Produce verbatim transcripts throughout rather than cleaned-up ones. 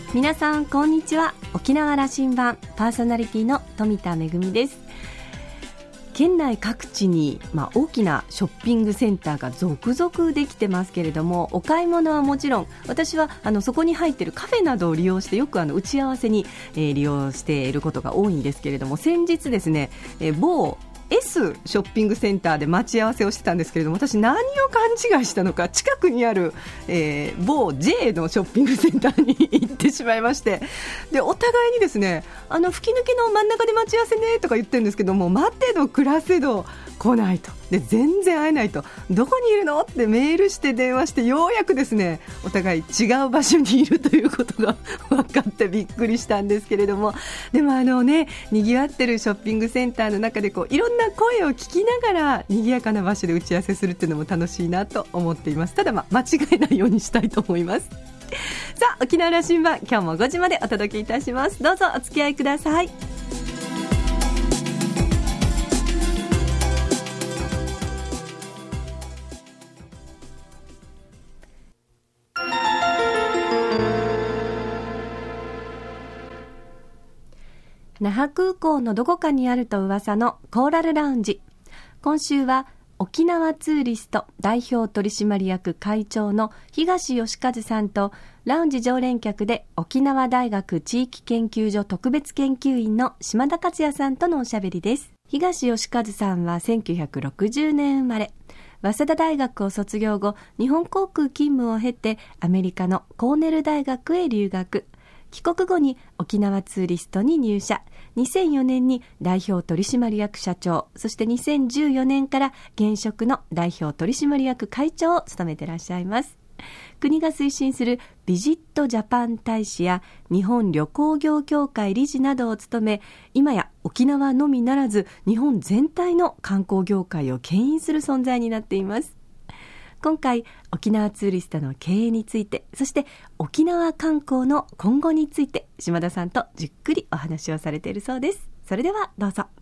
皆さんこんにちは。沖縄羅針盤パーソナリティの富田恵です。県内各地に、まあ、大きなショッピングセンターが続々できてますけれども、お買い物はもちろん、私はあのそこに入っているカフェなどを利用してよくあの打ち合わせに、えー、利用していることが多いんですけれども、先日ですね、えー、某S ショッピングセンターで待ち合わせをしてたんですけれども、私何を勘違いしたのか、近くにある、えー、某 J のショッピングセンターに行ってしまいまして、でお互いにですね、あの吹き抜けの真ん中で待ち合わせねとか言ってるんですけども、待てど暮らせど来ないと、で全然会えないと、どこにいるのってメールして電話して、ようやくですねお互い違う場所にいるということが分かってびっくりしたんですけれども、でもあのね、賑わってるショッピングセンターの中でこういろんな声を聞きながら賑やかな場所で打ち合わせするっていうのも楽しいなと思っています。ただ、まあ、間違えないようにしたいと思います。さあ、沖縄羅針盤、今日もごじまでお届けいたします。どうぞお付き合いください。那覇空港のどこかにあると噂のコーラルラウンジ。今週は沖縄ツーリスト代表取締役会長の東義和さんと、ラウンジ常連客で沖縄大学地域研究所特別研究員の島田克也さんとのおしゃべりです。東義和さんはせんきゅうひゃくろくじゅうねん生まれ、早稲田大学を卒業後、日本航空勤務を経てアメリカのコーネル大学へ留学。帰国後に沖縄ツーリストに入社、にせんよねんに代表取締役社長、そしてにせんじゅうよねんから現職の代表取締役会長を務めていらっしゃいます。国が推進するビジットジャパン大使や日本旅行業協会理事などを務め、今や沖縄のみならず日本全体の観光業界を牽引する存在になっています。今回、沖縄ツーリストの経営について、そして沖縄観光の今後について、島田さんとじっくりお話をされているそうです。それではどうぞ。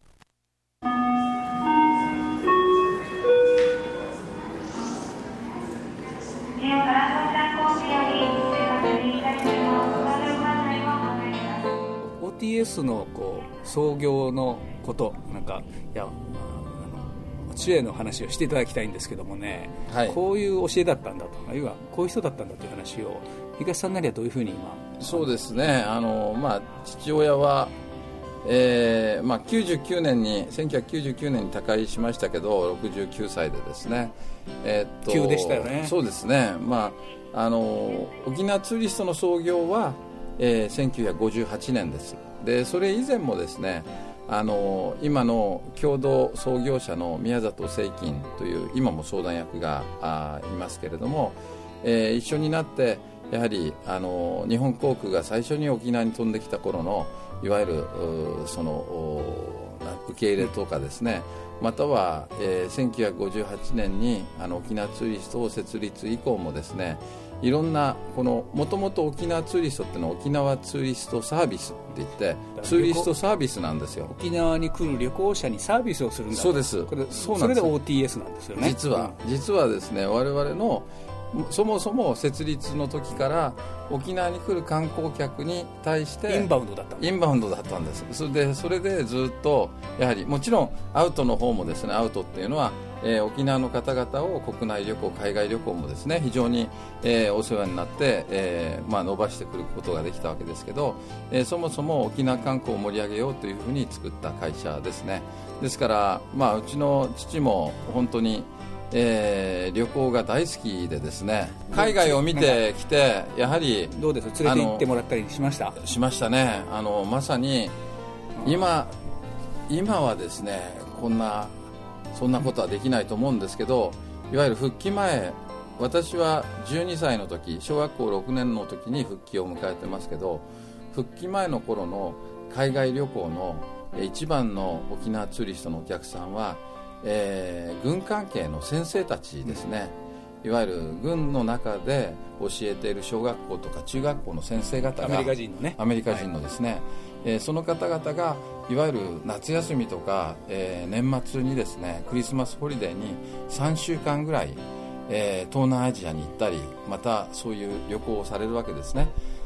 オーティーエス のこう創業のこと、なんかいや知恵の話をしていただきたいんですけどもね、はい、こういう教えだったんだと、あるいはこういう人だったんだという話を東さんなりはどういうふうに今。 そうですね、あの、まあ、父親は、えーまあ、きゅうじゅうきゅうねんにせんきゅうひゃくきゅうじゅうきゅうねんに他界しましたけど、ろくじゅうきゅうさいでですね、 えー、っと急でしたよね。 そうですね、まあ、あの沖縄ツーリストの創業は、えー、せんきゅうひゃくごじゅうはちねんです。でそれ以前もですね、あの今の共同創業者の宮里清金という今も相談役があいますけれども、えー、一緒になってやはりあの日本航空が最初に沖縄に飛んできた頃のいわゆるその受け入れとかですね、または、えー、せんきゅうひゃくごじゅうはちねんにあの沖縄ツーリストを設立以降もですね、いろんなこのもともと沖縄ツーリストっていうのは沖縄ツーリストサービスって言ってツーリストサービスなんですよ。 沖縄に来る旅行者にサービスをするんだ。 そうです。 これそうなんです。それで オーティーエス なんですよね。 実は、うん、実はですね、我々のそもそも設立の時から沖縄に来る観光客に対してインバウンドだったんです。 インバウンドだったんです。それで、それでずっとやはりもちろんアウトの方もですね、アウトっていうのは、えー、沖縄の方々を国内旅行海外旅行もですね非常に、えー、お世話になって、えーまあ、伸ばしてくることができたわけですけど、えー、そもそも沖縄観光を盛り上げようというふうに作った会社ですね。ですから、まあ、うちの父も本当にえー、旅行が大好きでですね、海外を見てきてやはりどうですか、連れて行ってもらったりしましたしましたね。あのまさに今、今はですねこんなそんなことはできないと思うんですけど、いわゆる復帰前、私はじゅうにさいの時、小学校ろくねんの時に復帰を迎えてますけど、復帰前の頃の海外旅行の一番の沖縄ツーリストのお客さんはえー、軍関係の先生たちですね、いわゆる軍の中で教えている小学校とか中学校の先生方がアメリカ人のねアメリカ人のですね、はい、えー、その方々がいわゆる夏休みとか、えー、年末にですねクリスマスホリデーにさんしゅうかんぐらい、えー、東南アジアに行ったり、またそういう旅行をされるわけですね。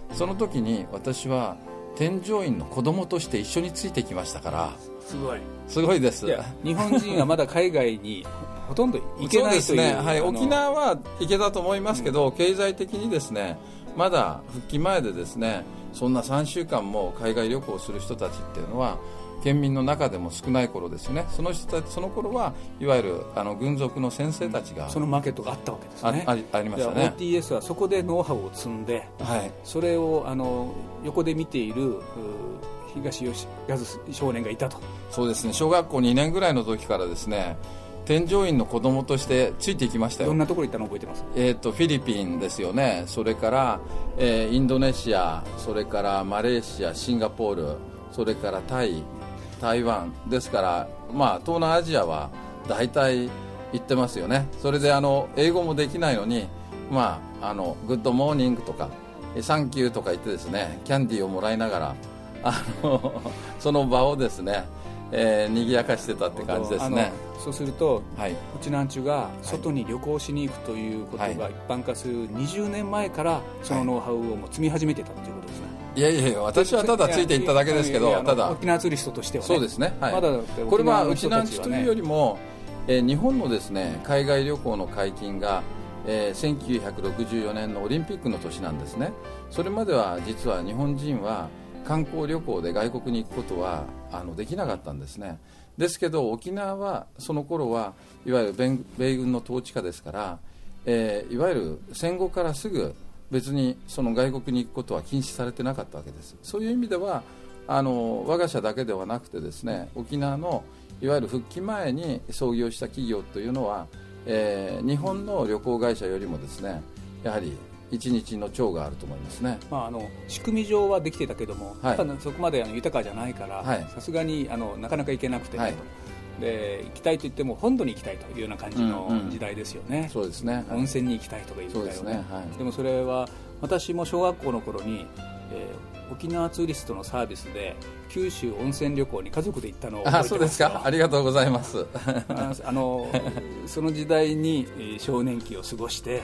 その時に私は添乗員の子供として一緒についてきましたから。 すごいすごいです。 いや日本人はまだ海外にほとんど行けないという。そうですね、 はい、沖縄は行けたと思いますけど、うん、経済的にですねまだ復帰前でですねそんなさんしゅうかんも海外旅行をする人たちっていうのは県民の中でも少ない頃ですよね。その人たち、その頃はいわゆるあの軍属の先生たちが、うん、 そのマーケットがあったわけですね。 あ, あ, りありましたね。 オーティーエス はそこでノウハウを積んで、はい、それをあの横で見ている東吉和少年がいたと。 そうですね、小学校にねんぐらいの時からですね添乗員の子供としてついていきましたよ。 どんなところ行ったの覚えてます？ えーと、フィリピンですよね。それから、えー、インドネシア、それからマレーシア、シンガポール、それからタイ、台湾ですから、まあ、東南アジアは大体行ってますよね。それであの英語もできないのに、まあ、あのグッドモーニングとかサンキューとか言ってですねキャンディーをもらいながらあのその場をですね、えー、賑やかしてたって感じですね。 そうすると、はい、うちなんちゅが外に旅行しに行くということが一般化するにじゅうねんまえからそのノウハウをもう積み始めてたということですね。 いやいやいや、私はただついていっただけですけど、ただ沖縄ツーリストとしてはね。 そうですね、はい、 まだこれはうちなんちというよりも、えー、日本のですね海外旅行の解禁が、えー、せんきゅうひゃくろくじゅうよねんのオリンピックの年なんですね。それまでは実は日本人は観光旅行で外国に行くことはあのできなかったんですね。ですけど沖縄はその頃はいわゆる米、米軍の統治下ですから、えー、いわゆる戦後からすぐ別にその外国に行くことは禁止されてなかったわけです。そういう意味ではあの我が社だけではなくてですね沖縄のいわゆる復帰前に創業した企業というのは、えー、日本の旅行会社よりもですねやはり一日の長があると思いますね。 まあ、あの仕組み上はできてたけども、はい、やっぱそこまであの豊かじゃないからさすがにあのなかなか行けなくて、はい、で行きたいと言っても本土に行きたいというような感じの時代ですよね、 うんうん、そうですね、 温泉に行きたいとかいう時代は ね, そうですね、はい、 でもそれは私も小学校の頃に、えー、沖縄ツーリストのサービスで九州温泉旅行に家族で行ったのを覚えてますよ。 あ、そうですか、ありがとうございますああのその時代に少年期を過ごして、はい、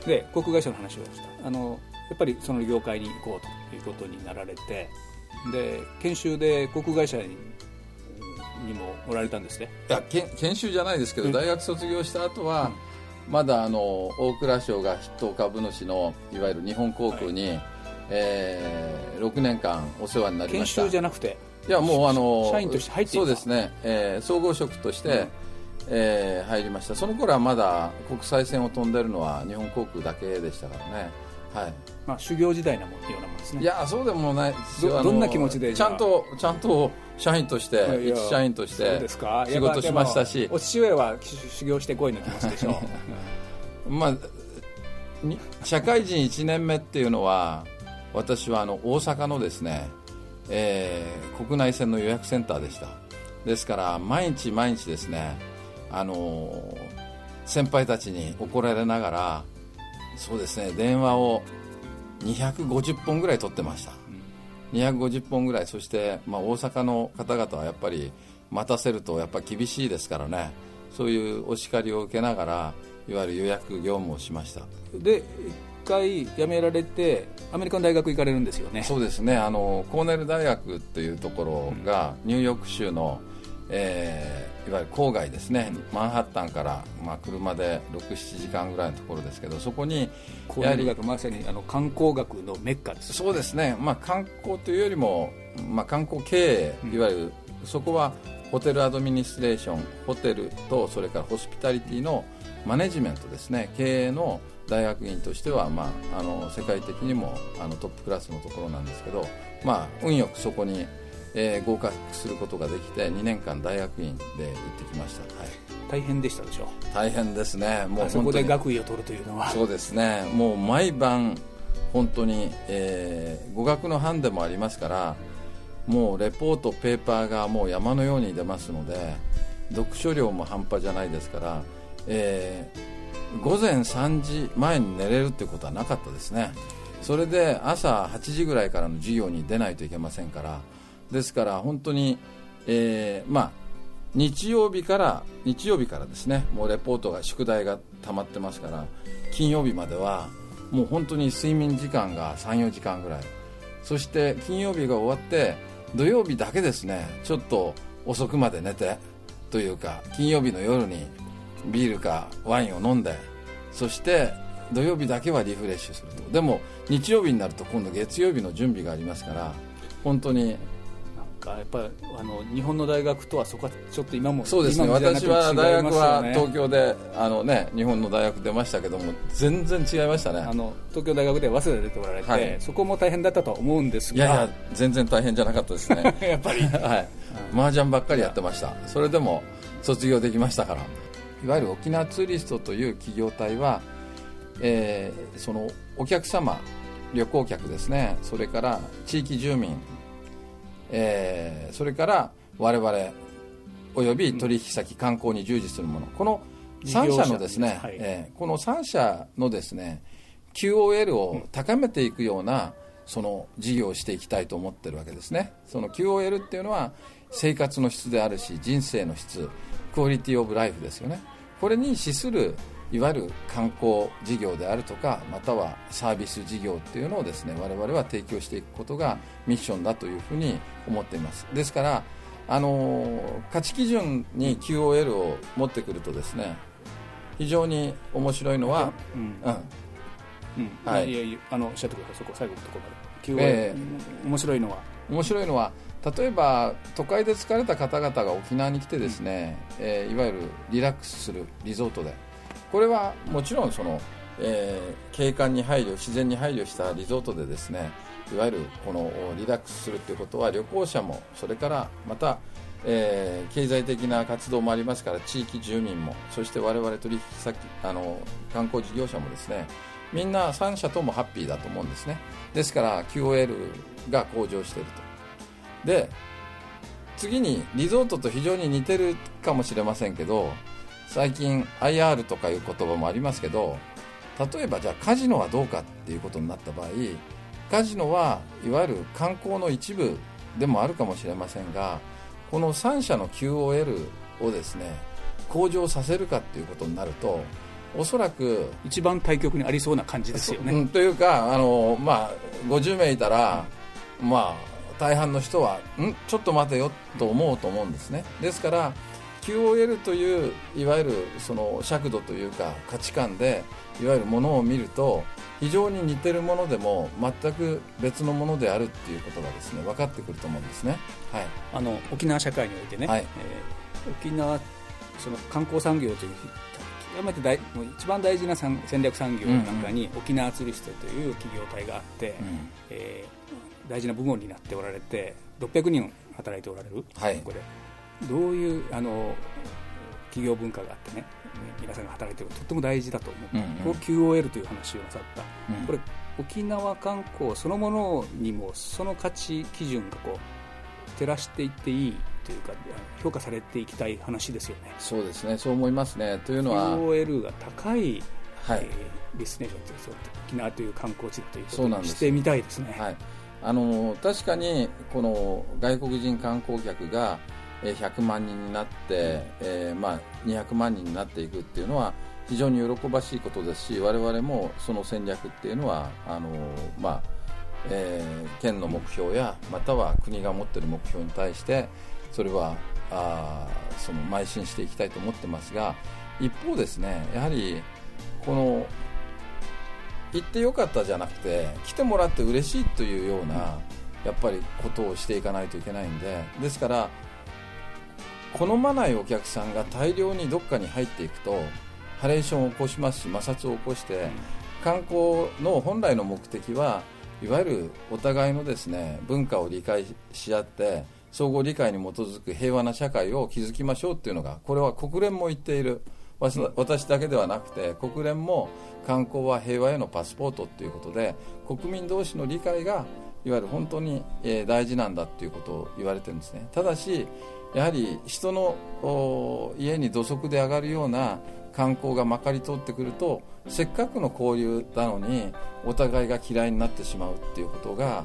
で航空会社の話をしたあのやっぱりその業界に行こうということになられて、で研修で航空会社ににもおられたんですね。 いやけ研修じゃないですけど、大学卒業した後は、うん、まだあの大蔵省が筆頭株主のいわゆる日本航空に、はい、えー、ろくねんかんお世話になりました。 研修じゃなくて、 いやもうあの社員として入っていた。 そうですね、えー、総合職として、うん、えー、入りました。その頃はまだ国際線を飛んでるのは日本航空だけでしたからね。はい、 まあ、修行時代なもんようなもんですね。 いやそうでもないですよ。 ど, どんな気持ちでちゃんとちゃんと社員として一社員として仕事しましたし、 お父上は修行してこいの気持ちでしょうまあ社会人いちねんめっていうのは私はあの大阪のですね、えー、国内線の予約センターでした。ですから毎日毎日ですね、あのー、先輩たちに怒られながらそうですね電話をにひゃくごじゅっぽんぐらい取ってました、うん、にひゃくごじゅっぽんぐらい。そして、まあ、大阪の方々はやっぱり待たせるとやっぱ厳しいですからね、そういうお叱りを受けながらいわゆる予約業務をしました。 で一回辞められてアメリカの大学行かれるんですよね。 そうですね、あのコーネル大学というところがニューヨーク州の、えー、いわゆる郊外ですね、マンハッタンから、まあ、車でろく、ななじかんぐらいのところですけど、そこにコーネル大学まさにあの観光学のメッカです、ね、 そうですね、まあ、観光というよりも、まあ、観光経営、いわゆる、うん、そこはホテルアドミニストレーション、ホテルとそれからホスピタリティのマネジメントですね、経営の大学院としては、まあ、あの世界的にもあのトップクラスのところなんですけど、まあ、運よくそこにえー、合格することができてにねんかん大学院で行ってきました、はい、 大変でしたでしょ。 大変ですね。もうそこで学位を取るというのは。 そうですね、もう毎晩本当に、えー、語学の班でもありますから、もうレポートペーパーがもう山のように出ますので、読書量も半端じゃないですから、えー、午前さんじまえに寝れるってことはなかったですね。それで朝はちじぐらいからの授業に出ないといけませんから、ですから本当に、えーまあ、日曜日から日曜日からですね、もうレポートが宿題が溜まってますから、金曜日まではもう本当に睡眠時間が さん,よ 時間ぐらい、そして金曜日が終わって土曜日だけですねちょっと遅くまで寝てというか、金曜日の夜にビールかワインを飲んで、そして土曜日だけはリフレッシュすると。でも日曜日になると今度月曜日の準備がありますから、本当にやっぱりあの日本の大学とはそこはちょっと今もそうですね、私は大学は東京であの、ね、日本の大学出ましたけども全然違いましたね。 あの東京大学で早稲田出ておられて、はい、そこも大変だったと思うんですが、 いやいや全然大変じゃなかったですねやっぱり、 はい、麻雀ばっかりやってました。それでも卒業できましたから。いわゆる沖縄ツーリストという企業体は、えー、そのお客様、旅行客ですね、それから地域住民、えー、それから我々および取引先、観光に従事するもの、このさん社のですね、はい、えー、このさん社のですね キューオーエル を高めていくようなその事業をしていきたいと思ってるわけですね。その キューオーエル っていうのは生活の質であるし、人生の質、クオリティオブライフですよね。これに資するいわゆる観光事業であるとか、またはサービス事業っていうのをですね我々は提供していくことがミッションだというふうに思っています。ですからあの価値基準に キューオーエル を持ってくるとですね、非常に面白いのは、 うんうんうん、はい、いやいやあのおっしゃってください、そこ最後のところまで。 キューオーエル、えー、面白いのは面白いのは例えば都会で疲れた方々が沖縄に来てですね、うん、えー、いわゆるリラックスするリゾートで、これはもちろんその、えー、景観に配慮、自然に配慮したリゾートでですね、いわゆるこのリラックスするということは旅行者も、それからまた、えー、経済的な活動もありますから、地域住民も、そして我々取引先、あの観光事業者もですね、みんなさん社ともハッピーだと思うんですね。ですから キューオーエル が向上していると。で次にリゾートと非常に似てるかもしれませんけど、最近 アイアール とかいう言葉もありますけど、例えばじゃあカジノはどうかっていうことになった場合、カジノはいわゆる観光の一部でもあるかもしれませんが、このさん社の キューオーエル をですね向上させるかっていうことになると、おそらく一番対極にありそうな感じですよね、 うん、というかあの、まあ、ごじゅうめいいたら、うん、まあ大半の人はんちょっと待てよと思うと思うんですね。ですから キューオーエル といういわゆるその尺度というか価値観でいわゆるものを見ると、非常に似てるものでも全く別のものであるっていうことがですね分かってくると思うんですね、はい、 あの沖縄社会においてね、はい、えー、沖縄その観光産業という極めて大もう一番大事な戦略産業の中に、うんうん、沖縄ツーリストという企業体があって、うん、えー、大事な部門になっておられてろっぴゃくにん働いておられる、はい、これどういうあの企業文化があってね、皆さんが働いているとっても大事だと思う、うんうん、こう キューオーエル という話をなさった、うん、これ沖縄観光そのものにもその価値基準がこう照らしていっていいというか評価されていきたい話ですよね。 そうですね、そう思いますね。というのはキューオーエル が高い、はい、えー、ディスティネーションという沖縄という観光地ということにしてみたいですね。 はい、あの確かにこの外国人観光客がひゃくまんにんになって、えーまあ、にひゃくまんにんになっていくっていうのは非常に喜ばしいことですし、我々もその戦略っていうのはあの、まあえー、県の目標やまたは国が持っている目標に対してそれはあその邁進していきたいと思ってますが、一方ですね、やはりこの行ってよかったじゃなくて来てもらって嬉しいというようなやっぱりことをしていかないといけないんで、ですから好まないお客さんが大量にどっかに入っていくとハレーションを起こしますし、摩擦を起こして観光の本来の目的はいわゆるお互いのですね文化を理解し合って相互理解に基づく平和な社会を築きましょうっていうのが、これは国連も言っている、私だけではなくて国連も観光は平和へのパスポートということで、国民同士の理解がいわゆる本当に大事なんだということを言われてるんですね。ただしやはり人の家に土足で上がるような観光がまかり通ってくると、せっかくの交流なのにお互いが嫌いになってしまうっていうことが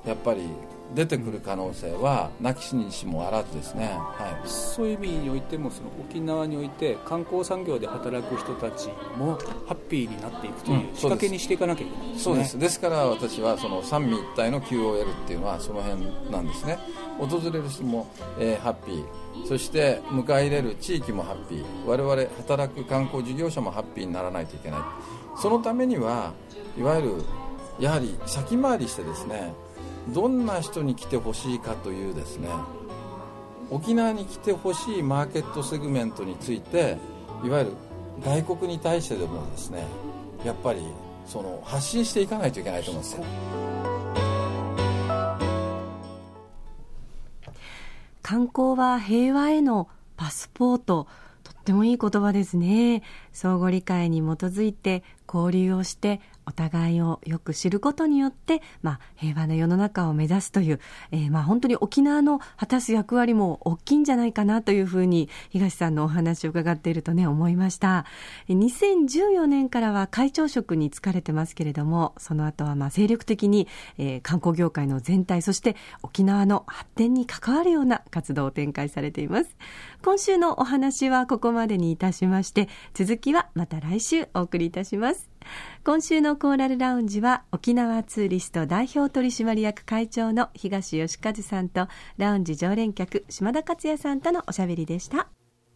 やっぱり出てくる可能性はなきにしもあらずですね、はい、 そういう意味においてもその沖縄において観光産業で働く人たちもハッピーになっていくという仕掛けにしていかなきゃいけないですね、うん、 そうです。ですから私はその三位一体の キューオーエル っていうのはその辺なんですね。訪れる人も、えー、ハッピー、そして迎え入れる地域もハッピー、我々働く観光事業者もハッピーにならないといけない。そのためにはいわゆるやはり先回りしてですね、どんな人に来てほしいかというですね、沖縄に来てほしいマーケットセグメントについていわゆる外国に対してでもですね、やっぱりその発信していかないといけないと思います。 観光は平和へのパスポート、とってもいい言葉ですね。相互理解に基づいて交流をしてお互いをよく知ることによって、まあ、平和な世の中を目指すという、えー、まあ本当に沖縄の果たす役割も大きいんじゃないかなというふうに東さんのお話を伺っているとね思いました。にせんじゅうよねんからは会長職に就かれてますけれども、その後はまあ精力的に、えー、観光業界の全体、そして沖縄の発展に関わるような活動を展開されています。今週のお話はここまでにいたしまして、続きはまた来週お送りいたします。今週のコーラルラウンジは沖縄ツーリスト代表取締役会長の東義和さんとラウンジ常連客島田克也さんとのおしゃべりでした。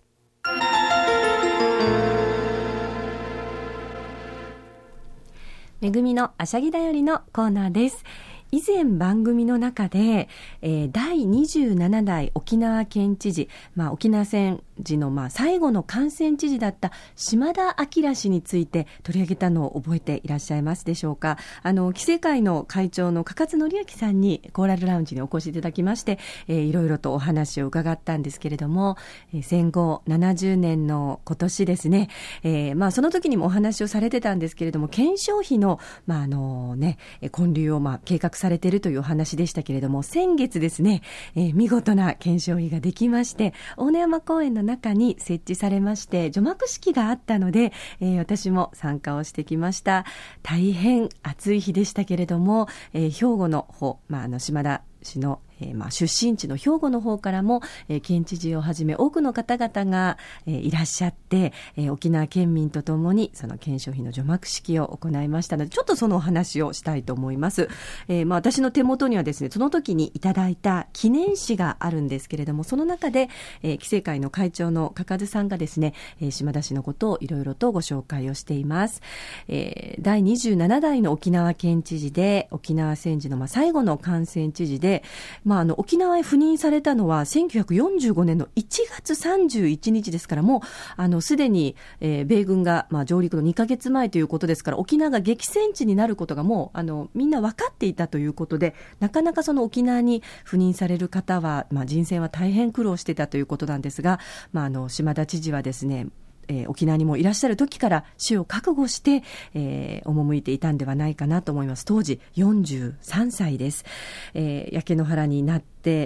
めぐみのあしゃぎだよりのコーナーです。以前番組の中で、えー、だいにじゅうななだい沖縄県知事、まあ、沖縄戦時のまあ最後の感染知事だった島田明氏について取り上げたのを覚えていらっしゃいますでしょうか。あの規制会の会長の嘉勝則明さんにコーラルラウンジにお越しいただきまして、えー、いろいろとお話を伺ったんですけれども、えー、戦後ななじゅうねんの今年ですね、えーまあ、その時にもお話をされてたんですけれども、検証費の、まああのね、建立をまあ計画されているというお話でしたけれども、先月ですね、えー、見事な検証費ができまして、大野山公園の中に設置されまして除幕式があったので、えー、私も参加をしてきました。大変暑い日でしたけれども、えー、兵庫の方、まあ、あの島田市のえーまあ、出身地の兵庫の方からも、えー、県知事をはじめ多くの方々が、えー、いらっしゃって、えー、沖縄県民とともにその検証費の除幕式を行いましたので、ちょっとそのお話をしたいと思います。えーまあ、私の手元にはですね、その時にいただいた記念誌があるんですけれども、その中で、えー、規制会の会長の嘉数さんがですね、えー、島田市のことをいろいろとご紹介をしています。えー、だいにじゅうななだいの沖縄県知事で、沖縄戦時のまあ最後の感染知事で、まあ、あの沖縄へ赴任されたのはせんきゅうひゃくよんじゅうごねんのいちがつさんじゅういちにちですから、もうあのすでに、えー、米軍が、まあ、上陸のにかげつまえということですから、沖縄が激戦地になることがもうあのみんな分かっていたということで、なかなかその沖縄に赴任される方は、まあ、人選は大変苦労していたということなんですが、まあ、あの島田知事はですね、えー、沖縄にもいらっしゃる時から死を覚悟して、えー、赴いていたんではないかなと思います。当時よんじゅうさんさいです。えー、焼け野原になって、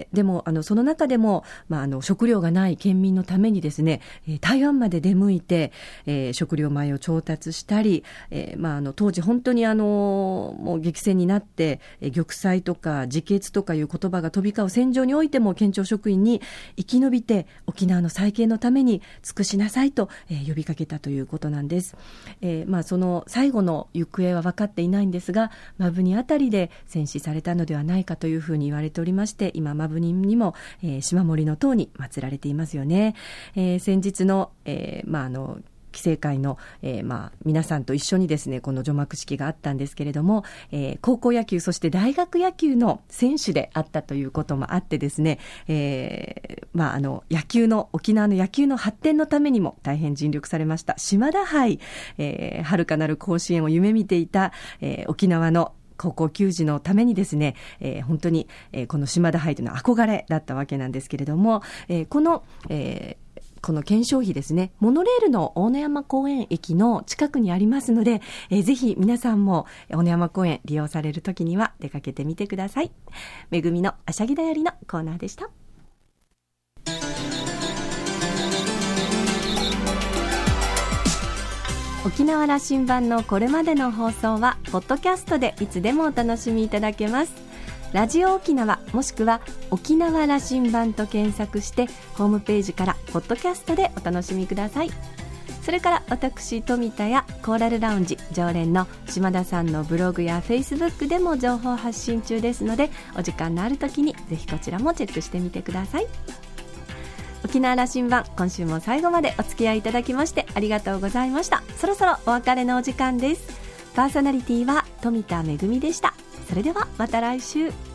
でもあのその中でも、まあ、あの食料がない県民のためにですね、台湾まで出向いて、えー、食料米を調達したり、えーまあ、あの当時本当にあのもう激戦になって、えー、玉砕とか自決とかいう言葉が飛び交う戦場においても県庁職員に生き延びて沖縄の再建のために尽くしなさいと、えー、呼びかけたということなんです。えーまあ、その最後の行方は分かっていないんですが、摩文仁あたりで戦死されたのではないかというふうに言われておりまして、今摩文仁にも、えー、島守の塔に祀られていますよね。えー、先日の、えーまあ、あの規制会の、えーまあ、皆さんと一緒にですね、この除幕式があったんですけれども、えー、高校野球そして大学野球の選手であったということもあってですね、えーまあ、あの野球の沖縄の野球の発展のためにも大変尽力されました島田杯、えー、遥かなる甲子園を夢見ていた、えー、沖縄の高校球児のためにですね、えー、本当に、えー、この島田杯というのは憧れだったわけなんですけれども、えー、この、えーこの検証費ですね、モノレールの大野山公園駅の近くにありますので、えー、ぜひ皆さんも大野山公園利用されるときには出かけてみてください。めぐみのあしゃぎだよりのコーナーでした。沖縄羅針盤のこれまでの放送はポッドキャストでいつでもお楽しみいただけます。 ラジオ沖縄もしくは沖縄羅針盤と検索してホームページからポッドキャストでお楽しみください。それから私富田やコーラルラウンジ常連の島田さんのブログやフェイスブックでも情報発信中ですので、お時間のある時にぜひこちらもチェックしてみてください。沖縄羅針盤、今週も最後までお付き合いいただきましてありがとうございました。そろそろお別れのお時間です。パーソナリティは富田恵でした。それではまた来週。